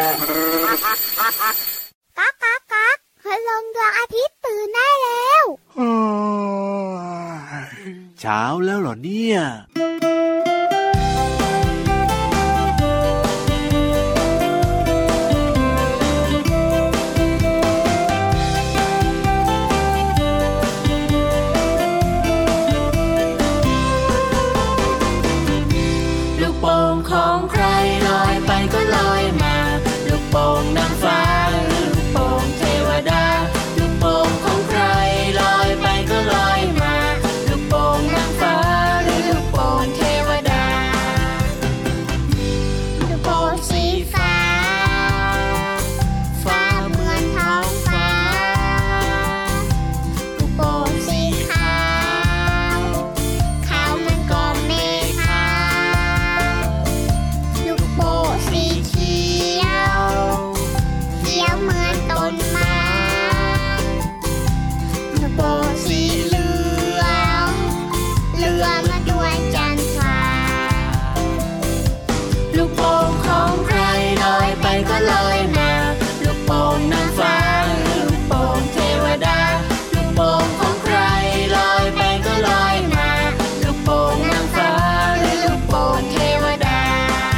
ก๊ากก๊ากก๊ากพลังดวงอาทิตย์ตื่นได้แล้วเช้าแล้วเหรอเนี่ยลูกโป่งของใครลอยไปก็ลอยมาลูกโป่งนางฟ้าลูกโป่งเทวดาลูกโป่งของใครลอยไปก็ลอยมาลูกโป่งนางฟ้าหรือลูกโป่งเทวดาลูกโป่งสีฟ้าฟ้าเหมือนท้องฟ้าลูกโป่งสีขาวขาวเหมือนก้อนเมฆลูกโป่งสีเขียวเขียวเหมือนต้นไม้ลูกโป่งสีเหลืองเหลืองเหมือนดวงจันทราลูกโป่งของใครลอยไปก็ลอยมาลูกโป่งนางฟ้าลูกโป่งเทวดาลูกโป่งของใครลอยไปก็ลอยมาลูกโป่งนางฟ้าหรือลูกโป่งเทวดา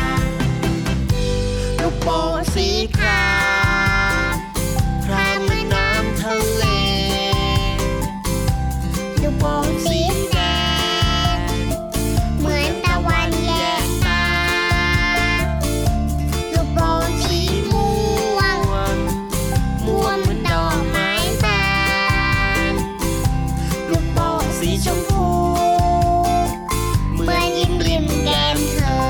ลูกโป่งสีครามครามเหมือนน้ำทะเลลูกโป่งสีแดงเหมือนตะวันแยกตาลูกโป่งสีม่วงม่วงเหมือนดอกไม้บานลูกโป่งสีชมพูเหมือนยิ้มยิ้มแก้มเธอ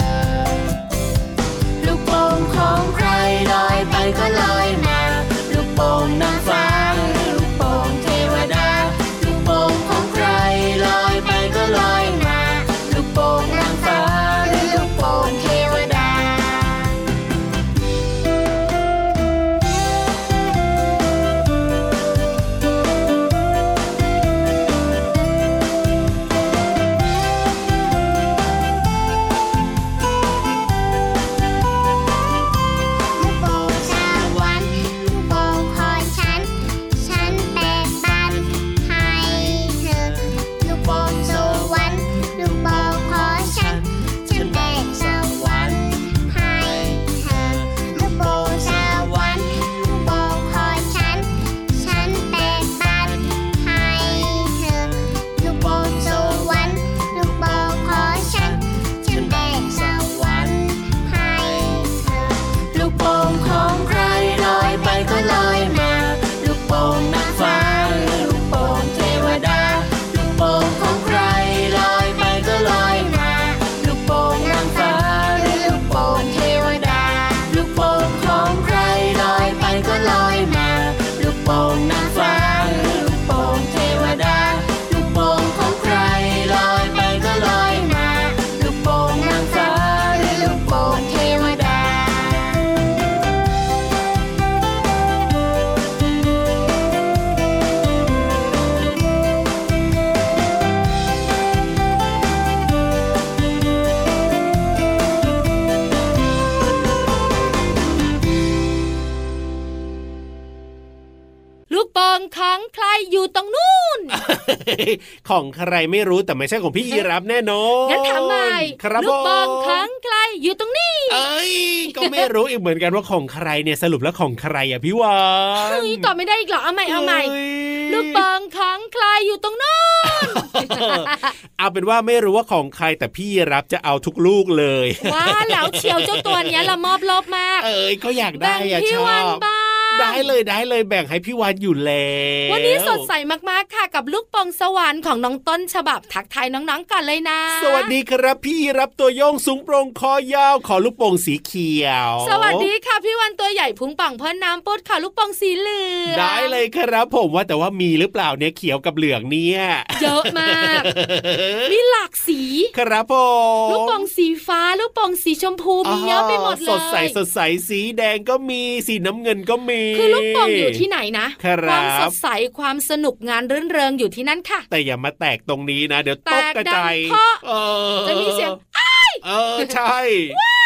ลูกโป่งของใครลอยไปก็ลอยมาลูกโป่งนางฟ้าลูกโป่งเทวดาลูกโป่งของใครลอยไปก็ลอยมาลูกโป่งนางฟ้าหรือลูกโป่งเทวดาลูกโป่งสวรรค์ลูกโป่งของฉันแบ่งปันให้เธอลูกโป่งสวรรค์ลูกโป่งของฉันแบ่งสวรรค์ให้เธอลูกโป่งสวรรค์ลูกโป่งของฉันแบ่งปันให้เธอลูกโป่งสวรรค์ลูกโป่งของฉันแบ่งสวรรค์ให้เธอลูกโป่งของใครลอยไปก็ลอยมาลูกโป่งนางฟ้าลูกโป่งเทวดาลูกโป่งของใครลอยไปก็ลอยมาลูกโป่งนางฟ้าหรือลูกโป่งเทวดาลูกโป่งของใครลอยไปก็ลอยมาลูกโป่งนางฟ้าหรือลูกโป่งเทวดาลูกโป่งของใครลอยไปก็ลอยมาลูกโป่งนางฟ้าหรือลูกโป่งเทวดาลูกโป่งของใครอยู่ตรงนู้นของใครไม่รู้แต่ไม่ใช่ของพี่ยีรับแน่นอนงั้นถามใหม่ครับลูกโป่งของใครอยู่ตรงนี้เอ้ยก็ไม่รู้อีกเหมือนกันว่าของใครเนี่ยสรุปแล้วของใครอ่ะพี่วานเฮ้ยตอบไม่ได้อีกเหรอเอาใหม่ลูกโป่งของใครอยู่ตรงนู้นเอาเป็นว่าไม่รู้ว่าของใครแต่พี่ยีรับจะเอาทุกลูกเลยว้าแล้วเชียวเจ้าตัวเนี้ยละมอบลบมากก็อยากได้อ่ะชอบได้เลยแบ่งให้พี่วานอยู่แล้ววันนี้สดใสมากๆค่ะกับลูกโป่งสวรรค์ของน้องต้นฉบับทักทายน้องๆก่อนเลยนะสวัสดีครับพี่รับตัวโยงสูงโปร่งคอยาวขอลูกโป่งสีเขียวสวัสดีค่ะพี่วานตัวใหญ่พุงป่องเพิ่นน้ำปุดขอลูกโป่งสีเหลืองได้เลยครับผมว่าแต่ว่ามีหรือเปล่าเนี่ยเขียวกับเหลืองเนี่ยเยอะมากมีหลากสีครับผมลูกโป่งสีฟ้าลูกโป่งสีชมพูมีเยอะไปหมดเลยสดใสสีแดงก็มีสีน้ำเงินก็มีคือลูกโป่งอยู่ที่ไหนนะความสดใสความสนุกงานรื่นเริงอยู่ที่นั่นค่ะแต่อย่ามาแตกตรงนี้นะเดี๋ยวตกกระจายจะมีเสียงใช่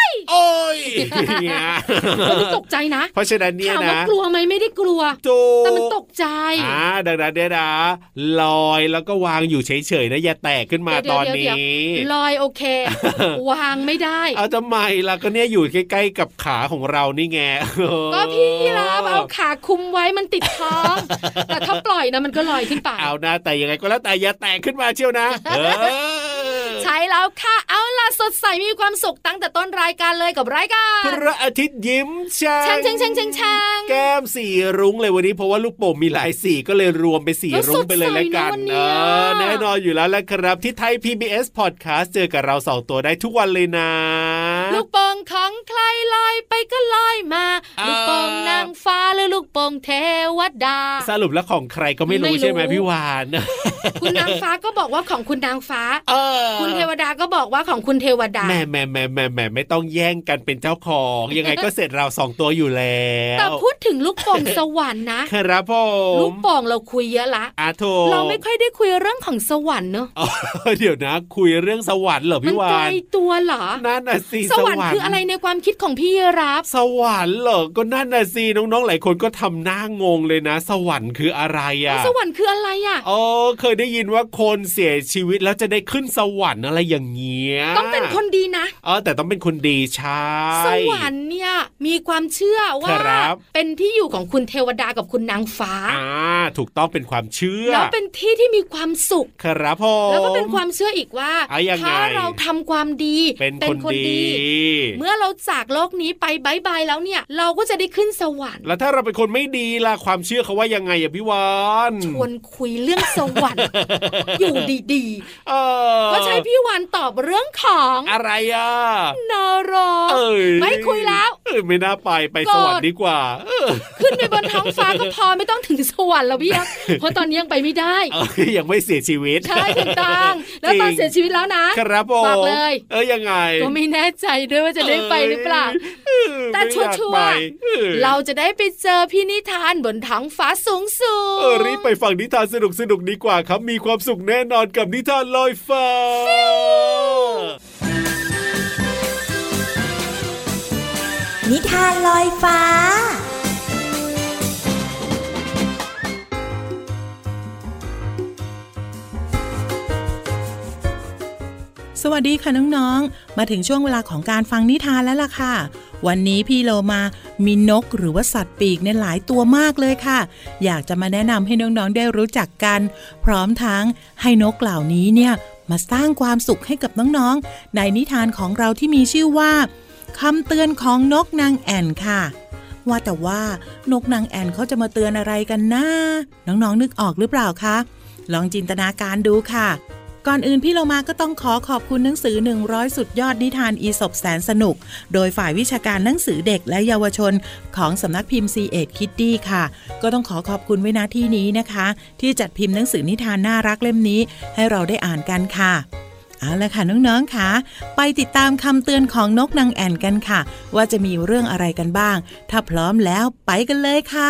โอ้ยไม่ตกใจนะเพราะฉะนั้นเนี่ยนะถามว่ากลัวไหมไม่ได้กลัวแต่มันตกใจดังนั้นเนี่ยนะลอยแล้วก็วางอยู่เฉยๆนะอย่าแตกขึ้นมาตอนนี้ลอยโอเควางไม่ได้เอาทำไมล่ะก็เนี่ยอยู่ใกล้ๆกับขาของเรานี่ไงก็พี่รับเอาขาคุมไว้มันติดท้องแต่ถ้าปล่อยนะมันก็ลอยขึ้นไปเอานะแต่ยังไงก็แล้วแต่อย่าแตกขึ้นมาเชียวนะใช่แล้วค่ะเอาล่ะสดใสมีความสุขตั้งแต่ต้นรายการเลยกับรายการพระอาทิตย์ยิ้มช่างแก้มสีรุ้งเลยวันนี้เพราะว่าลูกโป่งมีหลายสีก็เลยรวมเป็นสีรุ้งไปเลยละกันแน่นอนอยู่แล้วแหละครับที่ไทย PBS Podcast เจอกับเรา2ตัวได้ทุกวันเลยนะลูกโป่งของใครลอยไปก็ลอยมาลูกโป่งนางฟ้าหรือลูกโป่งเทวดาสรุปแล้วของใครก็ไม่รู้ใช่ไหมพี่วานคุณนางฟ้าก็บอกว่าของคุณนางฟ้าคุณเทวดาก็บอกว่าของคุณเทวดาแม่ไม่ต้องแย่งกันเป็นเจ้าของยังไงก็เสร็จเรา2ตัวอยู่แล้วแต่พูดถึงลูกโป่งสวรรค์นะครับผมลูกโป่งเราคุยเยอะละเราไม่ค่อยได้คุยเรื่องของสวรรค์เนอะเดี๋ยวนะคุยเรื่องสวรรค์เหรอพี่วานมันไกลตัวเหรอนั่นน่ะสิสวรรค์คืออะไรในความคิดของพี่รับสวรรค์เหรอก็นั่นน่ะสิน้องๆหลายคนก็ทำหน้างงเลยนะสวรรค์คืออะไรสวรรค์คืออะไรเคยได้ยินว่าคนเสียชีวิตแล้วจะได้ขึ้นสวรรค์อะไรอย่างเงี้ยต้องเป็นคนดีนะแต่ต้องเป็นคนดีใช่สวรรค์เนี่ยมีความเชื่อว่าเป็นที่อยู่ของคุณเทวดากับคุณนางฟ้าถูกต้องเป็นความเชื่อแล้วเป็นที่ที่มีความสุขครับผมแล้วก็เป็นความเชื่ออีกว่าถ้าเราทำความดีเป็นคนดีเมื่อเราจากโลกนี้ไปบายบายแล้วเนี่ยเราก็จะได้ขึ้นสวรรค์แล้วถ้าเราเป็นคนไม่ดีล่ะความเชื่อเขาว่ายังไงพี่วานชวนคุยเรื่องสวรรค์อยู่ดีๆก็ใช้พี่วานตอบเรื่องของอะไรนรกไม่คุยแล้วไม่น่าไปสวรรค์ดีกว่าขึ้นไปบนท้องฟ้าก็พอไม่ต้องถึงสวรรค์แล้วพี่ยักษ์เพราะตอนนี้ยังไปไม่ได้ยังไม่เสียชีวิตใช่ถูกต้องแล้วตอนเสียชีวิตแล้วนะครับบอกเลยยังไงก็ไม่แน่ใจด้วยว่าจะได้ไปหรือเปล่าแต่ชัวร์เราจะได้ไปเจอพี่นิทานบนท้องฟ้าสูงรีบไปฟังนิทานสนุกดีกว่าครับมีความสุขแน่นอนกับนิทานลอยฟ้านิทานลอยฟ้าสวัสดีค่ะน้องๆมาถึงช่วงเวลาของการฟังนิทานแล้วล่ะค่ะวันนี้พี่โลมามีนกหรือว่าสัตว์ปีกในหลายตัวมากเลยค่ะอยากจะมาแนะนำให้น้องๆได้รู้จักกันพร้อมทั้งให้นกเหล่านี้เนี่ยมาสร้างความสุขให้กับน้องๆในนิทานของเราที่มีชื่อว่าคำเตือนของนกนางแอ่นค่ะว่าแต่ว่านกนางแอ่นเขาจะมาเตือนอะไรกันนะน้องๆนึกออกหรือเปล่าคะลองจินตนาการดูค่ะก่อนอื่นพี่เรามาก็ต้องขอบคุณหนังสือ100สุดยอดนิทานอีสปแสนสนุกโดยฝ่ายวิชาการหนังสือเด็กและเยาวชนของสำนักพิมพ์ C.Ed Kiddie ค่ะก็ต้องขอบคุณไว้ณที่นี้นะคะที่จัดพิมพ์หนังสือนิทานน่ารักเล่มนี้ให้เราได้อ่านกันค่ะเอาละค่ะน้องๆค่ะไปติดตามคำเตือนของนกนางแอ่นกันค่ะว่าจะมีเรื่องอะไรกันบ้างถ้าพร้อมแล้วไปกันเลยค่ะ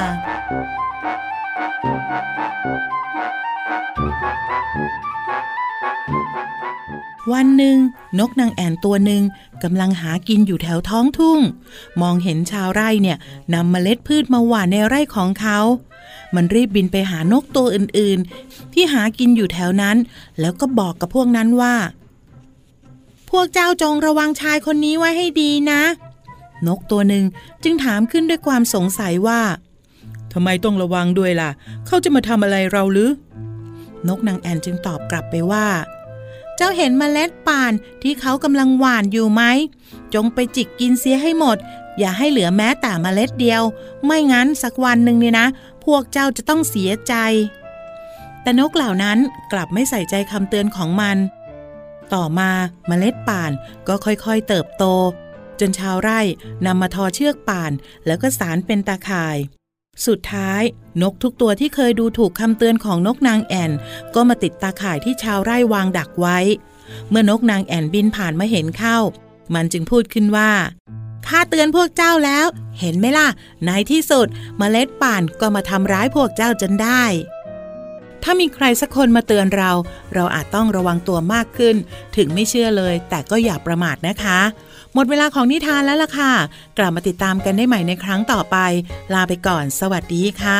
วันหนึ่งนกนางแอ่นตัวหนึ่งกำลังหากินอยู่แถวท้องทุ่งมองเห็นชาวไร่เนี่ยนำเมล็ดพืชมาหว่านในไร่ของเขามันรีบบินไปหานกตัวอื่นๆที่หากินอยู่แถวนั้นแล้วก็บอกกับพวกนั้นว่าพวกเจ้าจงระวังชายคนนี้ไว้ให้ดีนะนกตัวหนึ่งจึงถามขึ้นด้วยความสงสัยว่าทำไมต้องระวังด้วยล่ะเขาจะมาทำอะไรเราหรือนกนางแอ่นจึงตอบกลับไปว่าเจ้าเห็นเมล็ดป่านที่เขากำลังหว่านอยู่ไหมจงไปจิกกินเสียให้หมดอย่าให้เหลือแม้แต่เมล็ดเดียวไม่งั้นสักวันหนึ่งเนี่ยนะพวกเจ้าจะต้องเสียใจแต่นกเหล่านั้นกลับไม่ใส่ใจคำเตือนของมันต่อมาเมล็ดป่านก็ค่อยๆเติบโตจนชาวไร่นำมาทอเชือกป่านแล้วก็สานเป็นตาข่ายสุดท้ายนกทุกตัวที่เคยดูถูกคำเตือนของนกนางแอ่นก็มาติดตาข่ายที่ชาวไร่วางดักไว้เมื่อนกนางแอ่นบินผ่านมาเห็นเข้ามันจึงพูดขึ้นว่าข้าเตือนพวกเจ้าแล้วเห็นไหมล่ะในที่สุดเมล็ดป่านก็มาทำร้ายพวกเจ้าจนได้ถ้ามีใครสักคนมาเตือนเราอาจต้องระวังตัวมากขึ้นถึงไม่เชื่อเลยแต่ก็อย่าประมาทนะคะหมดเวลาของนิทานแล้วล่ะค่ะกลับมาติดตามกันได้ใหม่ในครั้งต่อไปลาไปก่อนสวัสดีค่ะ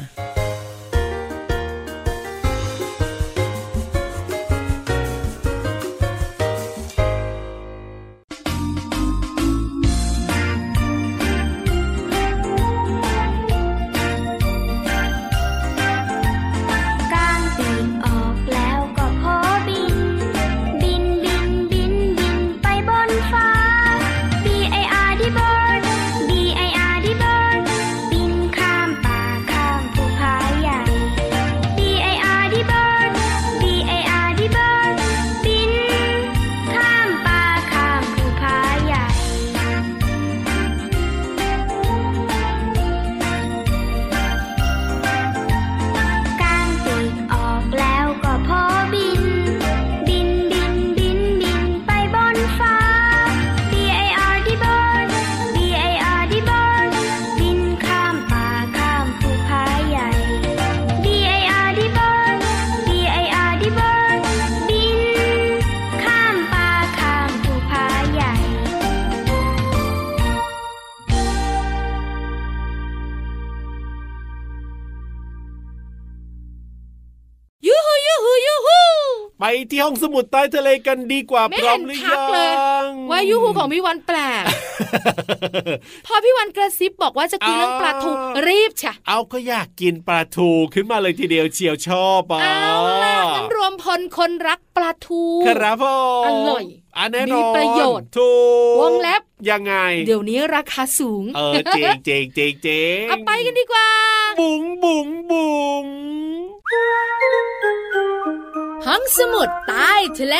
ไปที่ห้องสมุดใต้ทะเลกันดีกว่าพร้อมหรือยังว่ายูฮูของพี่วันแปลก พอพี่วันกระซิบบอกว่าจะคุยเรื่องปลาทูรีบฉะเอาก็อยากกินปลาทูขึ้นมาเลยทีเดียวเชียวชอบเอาล่ะงั้นรวมพลคนรักปลาทูครับพ่ออร่อยแน่นอนมีประโยชน์ถูกวงเล็บยังไงเดี๋ยวนี้ราคาสูงเจ๊งเจ๊งเจ๊งเจ๊งเอาไปกันดีกว่าบุ๋งบุ๋งบุ๋งห้องสมุดใต้ทะเล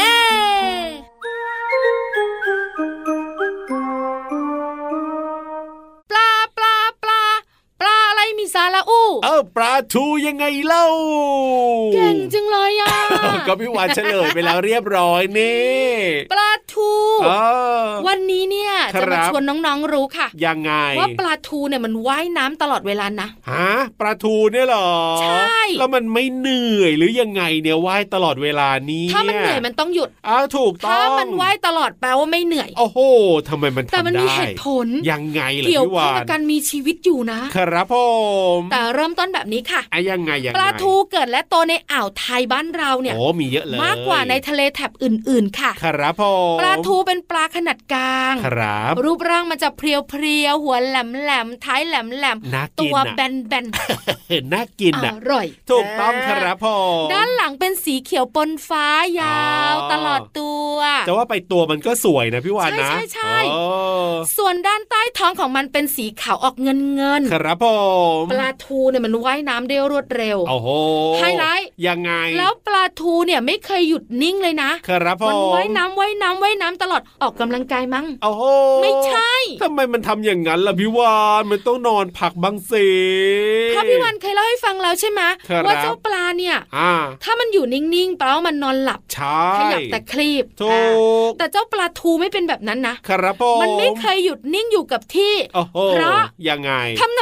ปลาอะไรมีสาระอู้ปลาทูยังไงเล่าเก่งจังเลยอ่ะก็พี่วานเฉลยไปแล้วเรียบร้อยนี่ปลาทูวันนี้เนี่ยจะมาชวนน้องๆรู้ค่ะยังไงว่าปลาทูเนี่ยมันว่ายน้ำตลอดเวลานะฮะปลาทูเนี่ยเหรอใช่แล้วมันไม่เหนื่อยหรือยังไงเนี่ยว่ายตลอดเวลานี้ถ้ามันเหนื่อยมันต้องหยุดถูกต้องถ้ามันว่ายตลอดแปลว่าไม่เหนื่อยโอ้โหทำไมมันทำได้แต่มันมีเหตุผลยังไงล่ะพี่วานเกี่ยวข้องกับการมีชีวิตอยู่นะครับผมแต่เริ่มต้นแบบนี้ค่ะยังไงปลาทูเกิดและโตในอ่าวไทยบ้านเราเนี่ยมีเยอะเลยมากกว่าในทะเลแถบอื่นๆค่ะครับผมปลาทูเป็นปลาขนาดกลางครับรูปร่างมันจะเพรียวๆหัวแหลมๆท้ายแหลมๆตัวแบนๆน่ากินอร่อยถูกต้องครับผมด้านหลังเป็นสีเขียวปนฟ้ายาวตลอดตัวแต่ว่าไปตัวมันก็สวยนะพี่วานนะใช่ส่วนด้านใต้ท้องของมันเป็นสีขาวออกเงินครับผมปลาทูเนี่ยมันว่ายน้ำได้รวดเร็วโอ้โหไฮไลท์ยังไงแล้วปลาทูเนี่ยไม่เคยหยุดนิ่งเลยนะครับผมมันว่ายน้ำตลอดออกกำลังกายมั้งโอ้โหไม่ใช่ทำไมมันทำอย่างนั้นล่ะพี่วานมันต้องนอนพักบ้างสิเพราะพี่วานเคยเล่าให้ฟังแล้วใช่ไหมว่าเจ้าปลาเนี่ยถ้ามันอยู่นิ่งๆแปลว่ามันนอนหลับขยับแต่คลีบถูกแต่เจ้าปลาทูไม่เป็นแบบนั้นนะครับผมมันไม่เคยหยุดนิ่งอยู่กับที่เพราะยังไงทำ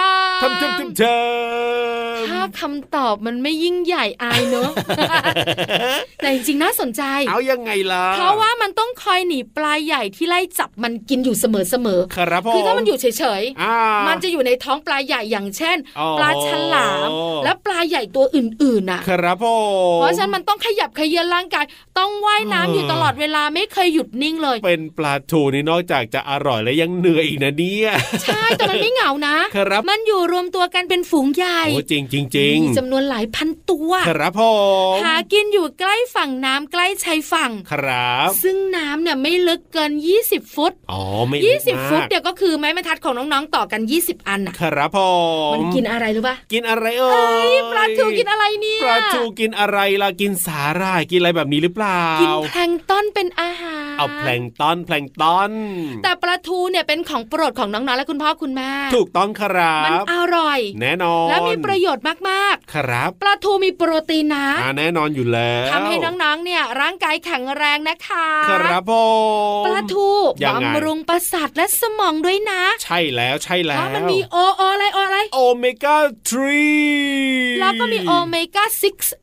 ถ้าคำตอบมันไม่ยิ่งใหญ่อายเนอะ แต่จริงๆน่าสนใจเอายังไงล่ะเพราะว่ามันต้องคอยหนีปลาใหญ่ที่ไล่จับมันกินอยู่เสมอครับผมคือถ้ามันอยู่เฉยๆมันจะอยู่ในท้องปลาใหญ่อย่างเช่นปลาฉลามและปลาใหญ่ตัวอื่นๆน่ะครับผมเพราะฉะนั้นมันต้องขยับเขยื้อนร่างกายต้องว่ายน้ำอยู่ตลอดเวลาไม่เคยหยุดนิ่งเลยเป็นปลาทูนี่นอกจากจะอร่อยแล้วยังเหนื่อยอีกนะเนี่ยใช่แต่มันไม่เหงานะครับมันอยู่รวมตัวกันเป็นฝูงใหญ่โอ้จริงมีจำนวนหลายพันตัวครับผมหากินอยู่ใกล้ฝั่งน้ำใกล้ชายฝั่งครับซึ่งน้ำเนี่ยไม่ลึกเกิน20ฟุตไม่ 20ฟุตเดี๋ยวก็คือไม้บรรทัดของน้องๆต่อกัน20อันครับผมมันกินอะไรรู้ป่ะกินอะไรปลาทูกินอะไรเนี่ยปลาทูกินอะไรล่ะกินสาหร่ายกินอะไรแบบนี้หรือเปล่ากินแพลงก์ต้นเป็นอาหารเอาแพลงก์ต้นแต่ปลาทูเนี่ยเป็นของโปรดของน้องๆและคุณพ่อคุณแม่ถูกต้องครับมันอร่อยแน่นอนและมีประโยชน์มากๆครับปลาทูมีโปรตีนนะแน่นอนอยู่แล้วทำให้น้องๆเนี่ยร่างกายแข็งแรงนะคะครับผมปลาทูบำรุงประสาทและสมองด้วยนะใช่แล้วมันมีอะไรโอเมก้า3 แล้วก็มีโอเมก้า6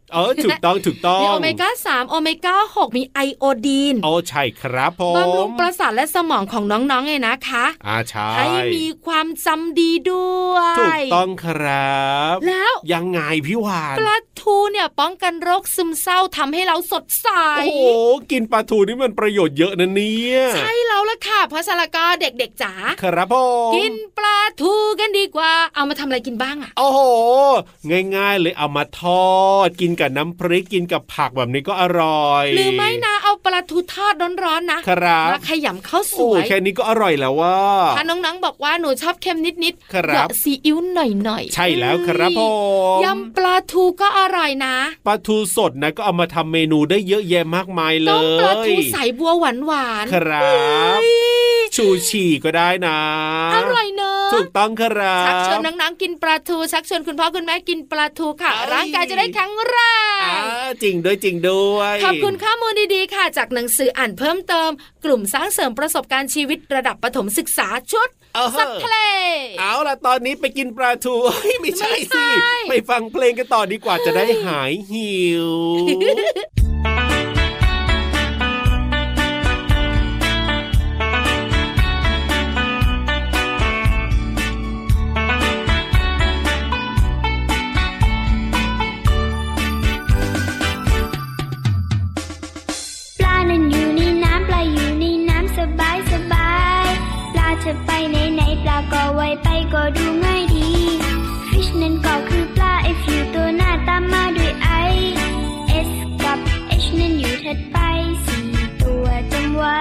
ถูกต้องมีโอเมก้า3โอเมก้า6มีไอโอดีนใช่ครับผมบำรุงประสาทและสมองของน้องๆไงนะคะใช่ให้มีความจำดีด้วยถูกต้องครับแล้วยังไงพี่วานปลาทูเนี่ยป้องกันโรคซึมเศร้าทำให้เราสดใสโอ้กินปลาทูนี่มันประโยชน์เยอะนะเนี่ยใช่แล้วล่ะค่ะเพราะฉะนั้นก็เด็กๆจ๋าครับผมกินปลาทูกันดีกว่าเอามาทำอะไรกินบ้างโอ้โหง่ายๆเลยเอามาทอดกินกับน้ำพริกกินกับผักแบบนี้ก็อร่อยหรือไม่นะเอาปลาทูทอดร้อนๆนะครับมาขยำข้าวสวยแค่นี้ก็อร่อยแล้วว่าถ้าน้องๆบอกว่าหนูชอบเค็มนิดๆเหยาะซีอิ๊วหน่อยๆใช่แล้วครับผมยำปลาทูก็อร่อยนะปลาทูสดนะก็เอามาทำเมนูได้เยอะแยะมากมายเลยต้มปลาทูใส่บัวหวานๆครับชูชีก็ได้นะอร่อยเนอะถูกต้องครับชักชวนน้องๆกินปลาทูชักชวนคุณพ่อคุณแม่กินปลาทูค่ะร่างกายจะได้แข็งแรงจริงด้วยขอบคุณข้อมูลดีๆค่ะจากหนังสืออ่านเพิ่มเติมกลุ่มสร้างเสริมประสบการณ์ชีวิตระดับประถมศึกษาชุดสัตว์ทะเลเอาล่ะตอนนี้ไปกินปลาทูไม่ใช่สิไปฟังเพลงกันต่อดีกว่าจะได้หายหิวจะไปไหนปลาก็ไวไปก็ดูง่ายดี Fish นั่นก็คือปลา F อยู่ตัวหน้าตามมาด้วย I S กับ H นั่นอยู่ถัดไป4ตัวจำไว้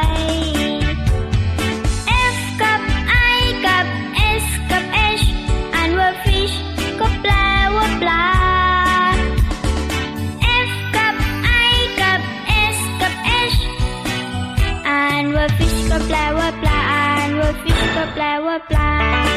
F กับ I กับ S กับ H อ่านว่า Fish ก็แปลว่าปลา F กับ I กับ S กับ H อ่านว่า Fish ก็แปลว่าปลาFish ก็แปลว่าปลา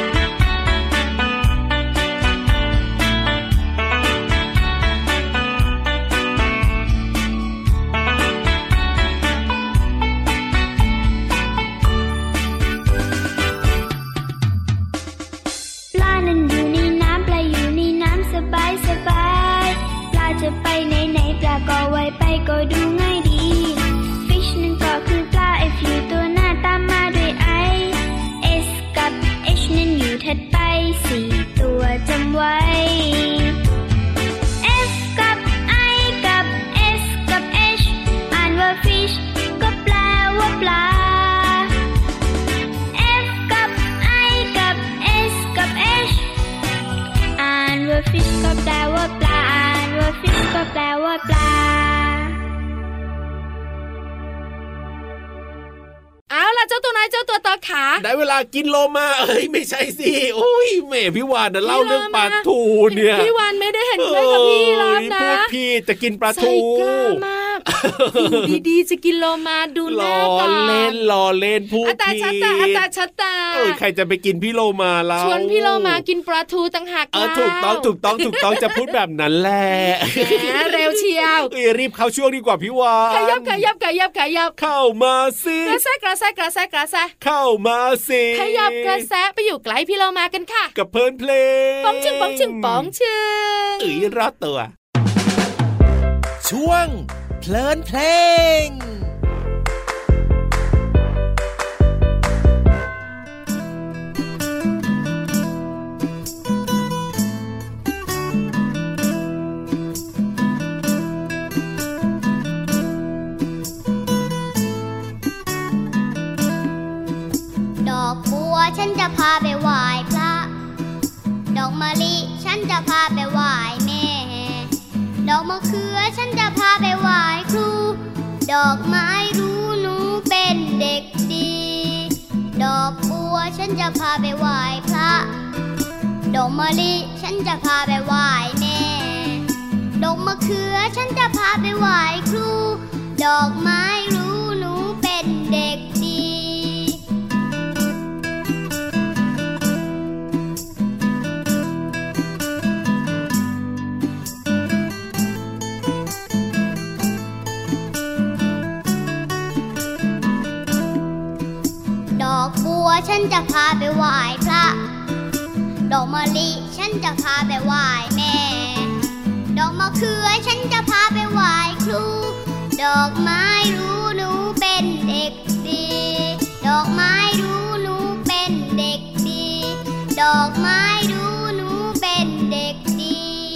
นั้นอยู่ในน้ำปลาอยู่ในน้ำสบายปลาจะไปไหนปลาก็ไวไปก็ดูง่ายดี Fish นั่นก็คือปลา F อยู่ตัวหน้าตามมาด้วยนั่นอยู่ถัดไป4ตัวจำไว้ F กับ I กับ S กับ H อ่านว่า Fish ก็แปลว่าปลา F กับ I กับ S กับ H อ่านว่า Fish ก็แปลว่าปลาอ่านว่า Fish ก็แปลว่าปลาเอาล่ะเจ้าตัวไหนเจ้าตัวต่อขาได้เวลากินโลมาไม่ใช่สิโอ้ยแม่พี่วานนะเล่าเรื่องปลาทูเนี่ยพี่วานไม่ได้เห็นด้วยกับพี่รับนะพูดพี่จะกินปลาทูใส่กล้ามากดีๆจะกินโลมาดูหน้าก่อนล้อเล่นพูดพี่อัตาชัตตาใครจะไปกินพี่โลมาเราชวนพี่โลมากินปลาทูต่างหากถูกต้องจะพูดแบบนั้นแหละเร็วเชียวรีบเข้าช่วงดีกว่าพี่วานขยับเข้ามาสิกระแสเข้ามาสิขยับกระแสไปอยู่ใกล้พี่โลมากันค่ะกับเพลินเพลงป๋องชึงรอดตัวช่วงเพลินเพลงฉันจะพาไปไหว้พระดอกมะลิฉันจะพาไปไหว้แม่ดอกมะเขือฉันจะพาไปไหว้ครูดอกไม้รู้หนูเป็นเด็กดีดอกบัวฉันจะพาไปไหว้พระดอกมะลิฉันจะพาไปไหว้แม่ดอกมะเขือฉันจะพาไปไหว้ครูดอกไม้รู้หนูเป็นเด็กดีดอกบัวฉันจะพาไปไหว้พระดอกมะลิฉันจะพาไปไหว้แม่ดอกมะเขือฉันจะพาไปไหว้ครูดอกไม้รู้หนูเป็นเด็กดีดอกไม้รู้หนูเป็นเด็กดีดอกไม้รู้หนูเป็นเด็กดี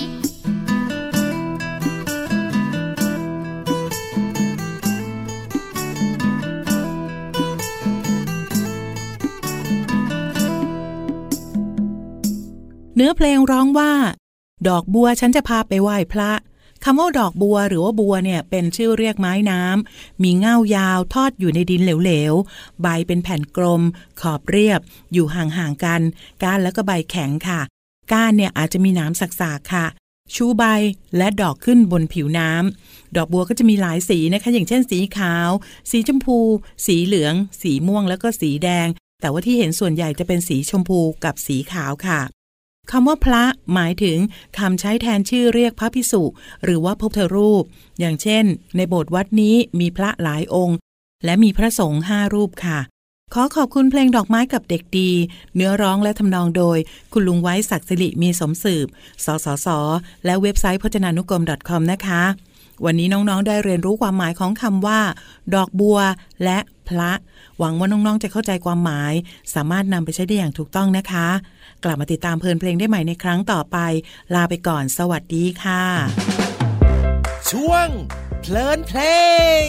เนื้อเพลงร้องว่าดอกบัวฉันจะพาไปไหว้พระคำว่าดอกบัวหรือว่าบัวเนี่ยเป็นชื่อเรียกไม้น้ำมีเง่ายาวทอดอยู่ในดินเหลวๆใบเป็นแผ่นกลมขอบเรียบอยู่ห่างๆกันก้านแล้วก็ใบแข็งค่ะก้านเนี่ยอาจจะมีหนามสักๆค่ะชูใบและดอกขึ้นบนผิวน้ำดอกบัวก็จะมีหลายสีนะคะอย่างเช่นสีขาวสีชมพูสีเหลืองสีม่วงแล้วก็สีแดงแต่ว่าที่เห็นส่วนใหญ่จะเป็นสีชมพูกับสีขาวค่ะคำว่าพระหมายถึงคำใช้แทนชื่อเรียกพระภิกษุหรือว่าพระพุทธรูปอย่างเช่นในโบสถ์วัดนี้มีพระหลายองค์และมีพระสงฆ์5 รูปค่ะขอขอบคุณเพลงดอกไม้กับเด็กดีเนื้อร้องและทำนองโดยคุณลุงไว้ศักดิ์สิริมีสมสืบสสส.และเว็บไซต์พจนานุกรม .com นะคะวันนี้น้องๆได้เรียนรู้ความหมายของคำว่าดอกบัวและพระหวังว่าน้องๆจะเข้าใจความหมายสามารถนำไปใช้ได้อย่างถูกต้องนะคะกลับมาติดตามเพลินเพลงได้ใหม่ในครั้งต่อไปลาไปก่อนสวัสดีค่ะช่วงเพลินเพลง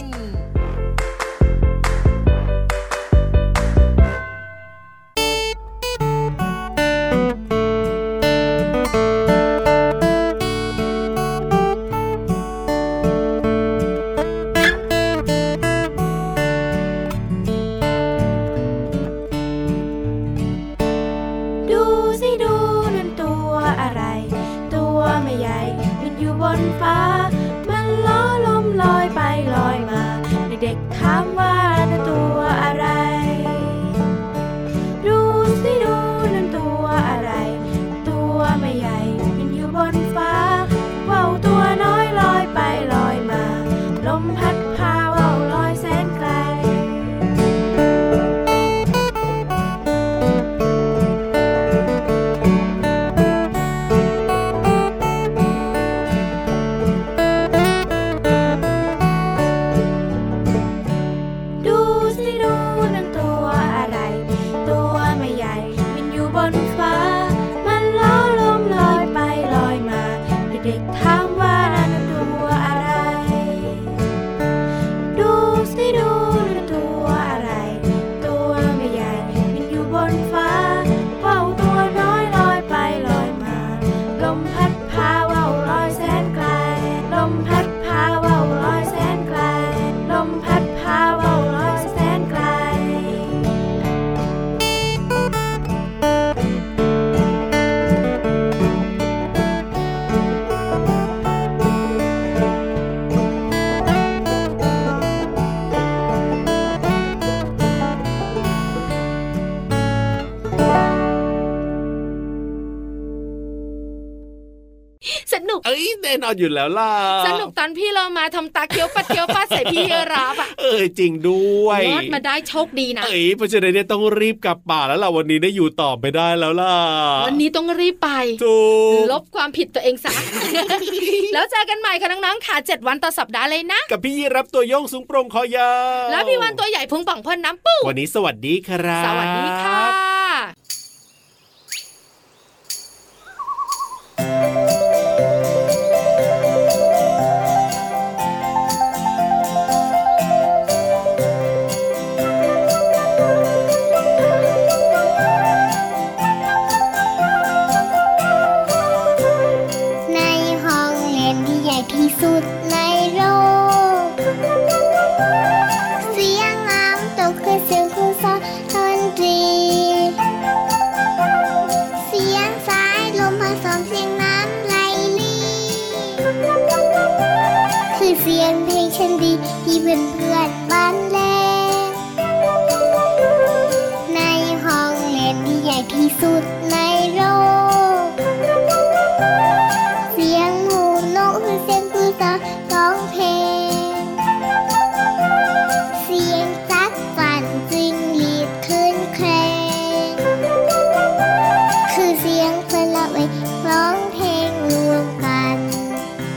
แน่นอนอยู่แล้วล่ะสนุกตอนพี่เรามาทำตาเคี้ยวปัดเคี้ยวปัดใส่พี่รับอ่ะจริงด้วยรอดมาได้โชคดีนะเพราะฉะนั้นเนี่ยต้องรีบกลับป่าแล้วล่ะวันนี้ได้อยู่ต่อไม่ได้แล้วล่ะวันนี้ต้องรีบไปลบความผิดตัวเองซะ แล้วเจอกันใหม่ค่ะน้องๆค่ะ7 วันต่อสัปดาห์เลยนะกับพี่รับตัวโยงสูงโปร่งคอยาวแล้วพี่วันตัวใหญ่พุงป่องพ่นน้ำปูวันนี้สวัสดีครับสวัสดีค่ะที่สุดในโลกเสียงน้ำตกคือเสียงครูสอนดนตรีเสียงสายลมผสมเสียงน้ำไหลลี่คือเสียงเพลงฉันดีที่เพื่อนๆบรรเลงในห้องเรียนที่ใหญ่ที่สุดในโลกเสียงหมูนกคือเสียงร้องเพลงเสียงจักฟันจิงหรีดคลื่นเครงคือเสียงเพลงละเวร้องเพลงรวมกัน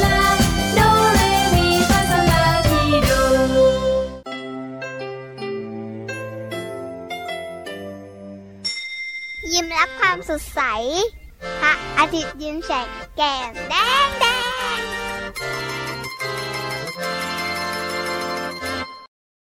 ลาโดเรมีฟาโซลาทีโดยิ้มรับความสดใสพระอาทิตย์ยิ้มแฉกแก้มแดง